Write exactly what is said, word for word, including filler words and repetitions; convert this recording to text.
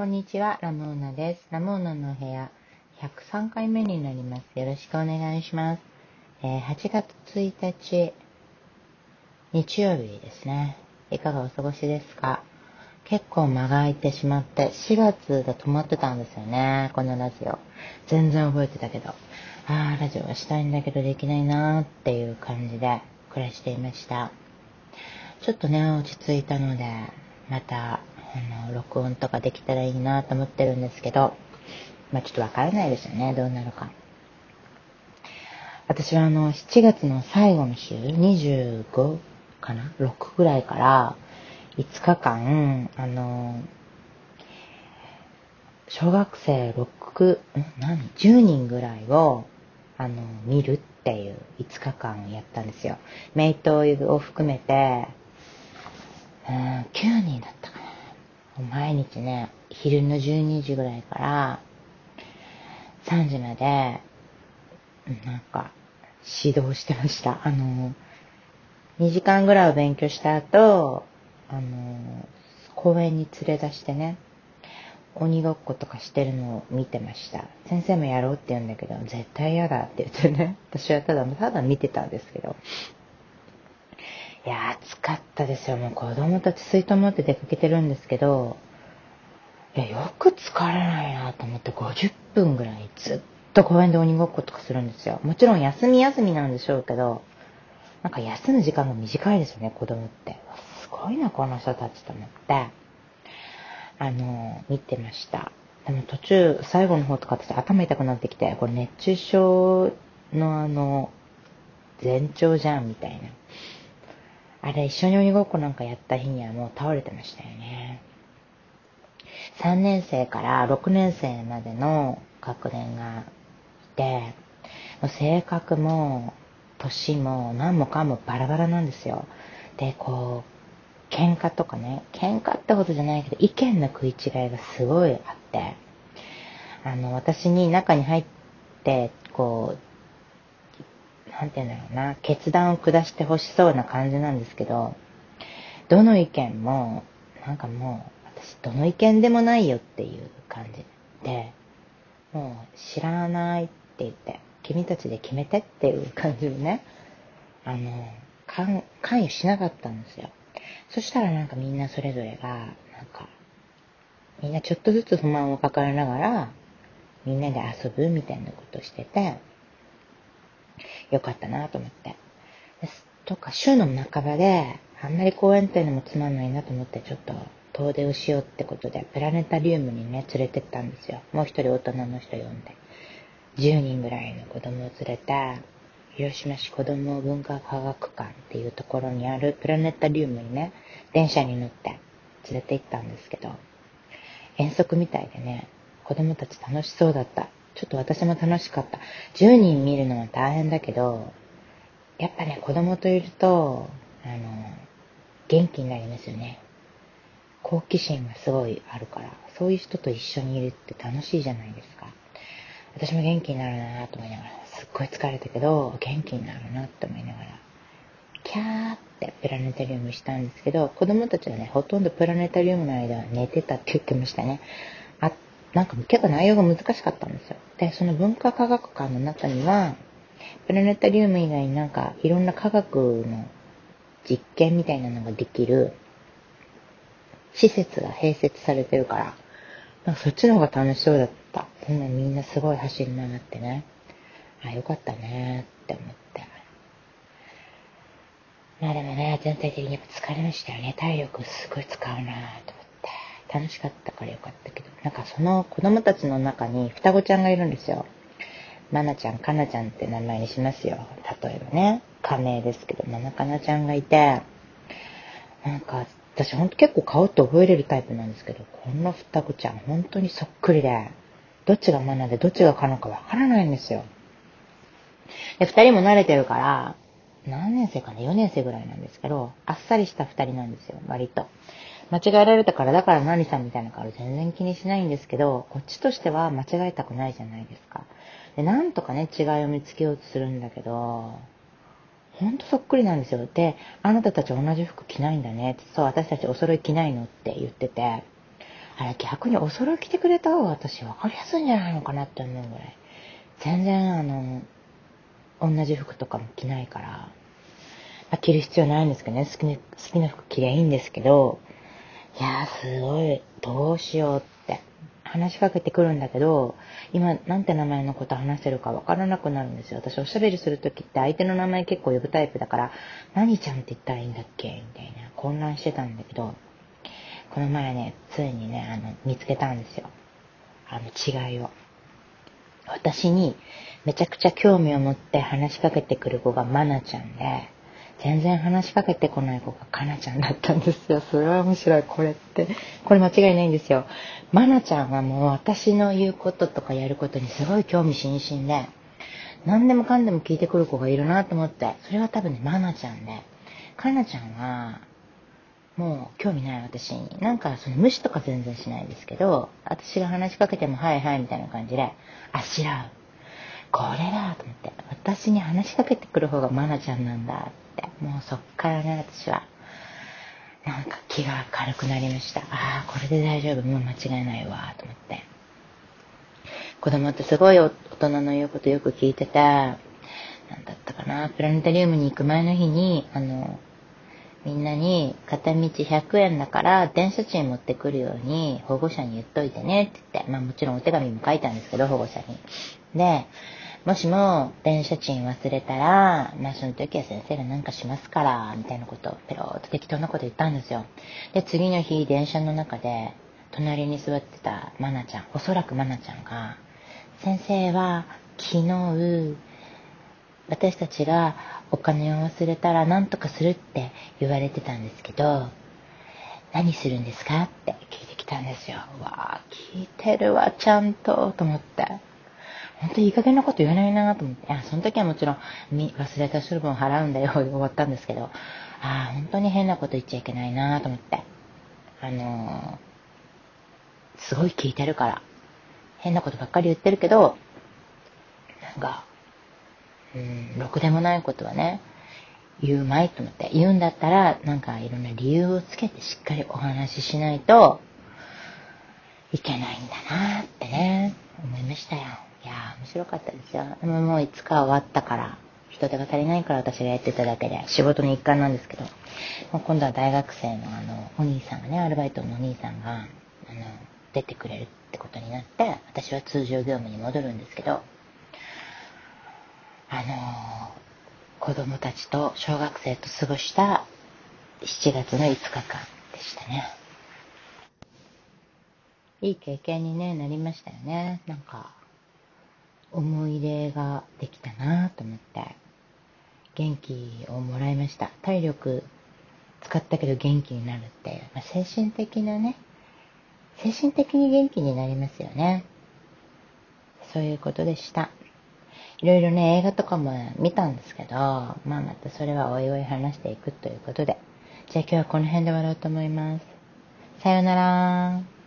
こんにちは、ラモーナです。ラモーナの部屋、ひゃくさんかいめになります。よろしくお願いします。えー、はちがつついたち、日曜日ですね。いかがお過ごしですか？結構間が空いてしまって、しがつで止まってたんですよね、このラジオ。全然覚えてたけど、あー、ラジオはしたいんだけどできないなーっていう感じで暮らしていました。ちょっとね、落ち着いたので、また、あの、録音とかできたらいいなと思ってるんですけど、まあちょっとわからないですよね、どうなるか。私はあの、しちがつの最後の週、にじゅうごかな ?ろく ぐらいからいつかかん、あの、小学生ろく、ん何 ?じゅう 人ぐらいを、あの、見るっていういつかかんやったんですよ。メイトを含めて、うん、きゅうにんだったかな。毎日ね、昼のじゅうにじぐらいからさんじまで、なんか、指導してました。あの、にじかんぐらいを勉強した後、あの、公園に連れ出してね、鬼ごっことかしてるのを見てました。先生もやろうって言うんだけど、絶対嫌だって言ってね、私はただ、ただ見てたんですけど、いやー、暑かったですよ。もう子供たち水筒持って出かけてるんですけど、いや、よく疲れないなと思ってごじゅっぷんぐらいずっと公園で鬼ごっことかするんですよ。もちろん休み休みなんでしょうけど、なんか休む時間が短いですよね、子供って。すごいな、この人たちと思って、あの、見てました。でも途中、最後の方とか私頭痛くなってきて、これ熱中症のあの、前兆じゃんみたいな。あれ、一緒に鬼ごっこなんかやった日にはもう倒れてましたよね。さんねんせいからろくねんせいまでの学年がいて、性格も年も何もかもバラバラなんですよ。で、こう、喧嘩とかね、喧嘩ってことじゃないけど、意見の食い違いがすごいあって、あの、私に中に入って、こう、なんて言うんだろうな、決断を下してほしそうな感じなんですけど、どの意見も、なんかもう、私、どの意見でもないよっていう感じで、もう、知らないって言って、君たちで決めてっていう感じでね、あの、関関与しなかったんですよ。そしたらなんかみんなそれぞれが、なんか、みんなちょっとずつ不満を抱えながら、みんなで遊ぶみたいなことをしてて、よかったなと思って。とか、週の半ばで、あんまり公園っていうのもつまんないなと思って、ちょっと遠出をしようってことで、プラネタリウムにね、連れてったんですよ。もう一人大人の人呼んで。じゅうにんぐらいの子供を連れて、広島市子ども文化科学館っていうところにあるプラネタリウムにね、電車に乗って連れて行ったんですけど、遠足みたいでね、子供たち楽しそうだった。ちょっと私も楽しかった。じゅうにん見るのは大変だけど、やっぱね、子供といると、あの、元気になりますよね。好奇心がすごいあるから、そういう人と一緒にいるって楽しいじゃないですか。私も元気になるなと思いながら、すっごい疲れたけど、元気になるなって思いながら、キャーってプラネタリウムしたんですけど、子供たちはね、ほとんどプラネタリウムの間は寝てたって言ってましたね。あ、なんか結構内容が難しかったんですよ。で、その文化科学館の中には、プラネタリウム以外になんかいろんな科学の実験みたいなのができる施設が併設されてるから、なんかそっちの方が楽しそうだった。うん、みんなすごい走り回ってね。あ、よかったねって思って。まあでもね、全体的にやっぱ疲れましたよね。体力すごい使うなと思って。楽しかったからよかったけど。なんかその子供たちの中に双子ちゃんがいるんですよ。まなちゃん、かなちゃんって名前にしますよ。例えばね。仮名ですけど、まなかなちゃんがいて、なんか、私ほんと結構顔って覚えれるタイプなんですけど、この双子ちゃん本当にそっくりで、どっちがマナでどっちがカナかわからないんですよ。で、二人も慣れてるから、何年生かな ?よ 年生ぐらいなんですけど、あっさりした二人なんですよ、割と。間違えられたから、だから何さんみたいな顔全然気にしないんですけど、こっちとしては間違えたくないじゃないですか。で、なんとかね、違いを見つけようとするんだけど、ほんとそっくりなんですよ。で、あなたたち同じ服着ないんだね。そう、私たちお揃い着ないのって言ってて、 あれ逆にお揃い着てくれた方が私分かりやすいんじゃないのかなって思うぐらい。全然あの、同じ服とかも着ないから、まあ、着る必要ないんですけどね。好きな、好きな服着りゃいいんですけど、いやーすごい、どうしようって話しかけてくるんだけど、今なんて名前のこと話してるかわからなくなるんですよ。私おしゃべりするときって相手の名前結構呼ぶタイプだから、何ちゃんって言ったらいいんだっけみたいな混乱してたんだけど、この前ね、ついにね、あの、見つけたんですよ。あの違いを。私にめちゃくちゃ興味を持って話しかけてくる子がマナちゃんで、全然話しかけてこない子がカナちゃんだったんですよ。それは面白い。これって、これ間違いないんですよ。マナちゃんはもう私の言うこととかやることにすごい興味津々で、何でもかんでも聞いてくる子がいるなと思って、それは多分ね、マナちゃんで、カナちゃんは、もう興味ない私に。なんかその無視とか全然しないですけど、私が話しかけてもはいはいみたいな感じで、あしらう。これだと思って、私に話しかけてくる方がマナちゃんなんだって、もうそっからね、私は、なんか気が軽くなりました。ああ、これで大丈夫、もう間違いないわ、と思って。子供ってすごい大人の言うことよく聞いてて、なんだったかな、プラネタリウムに行く前の日に、あの、みんなに片道ひゃくえんだから電車賃持ってくるように保護者に言っといてねって言って、まあもちろんお手紙も書いたんですけど、保護者に。で、もしも電車賃忘れたら、まあその時は先生が何かしますから、みたいなことをペローっと適当なこと言ったんですよ。で、次の日電車の中で隣に座ってたマナちゃん、おそらくマナちゃんが、先生は昨日、私たちがお金を忘れたら何とかするって言われてたんですけど、何するんですかって聞いてきたんですよ。うわぁ、聞いてるわ、ちゃんと、と思って。本当にいい加減なこと言わないなと思って。いや、その時はもちろん、忘れた人分払うんだよ、で終わったんですけど、ああ、本当に変なこと言っちゃいけないなと思って。あのー、すごい聞いてるから。変なことばっかり言ってるけど、なんか、うん、ろくでもないことはね、言うまいと思って。言うんだったら、なんかいろんな理由をつけてしっかりお話ししないといけないんだなってね、思いましたよ。いやー、面白かったですよ。でももういつか終わったから、人手が足りないから私がやってただけで、仕事の一環なんですけど、もう今度は大学生のあの、お兄さんがね、アルバイトのお兄さんが、あの、出てくれるってことになって、私は通常業務に戻るんですけど、あのー、子供たちと小学生と過ごしたしちがつのいつかかんでしたね。いい経験に、ね、なりましたよね。なんか思い出ができたなと思って元気をもらいました。体力使ったけど元気になるっていう、まあ、精神的なね、精神的に元気になりますよね。そういうことでした。いろいろね、映画とかも見たんですけど、まあまたそれはおいおい話していくということで、じゃあ今日はこの辺で終わろうと思います。さようなら。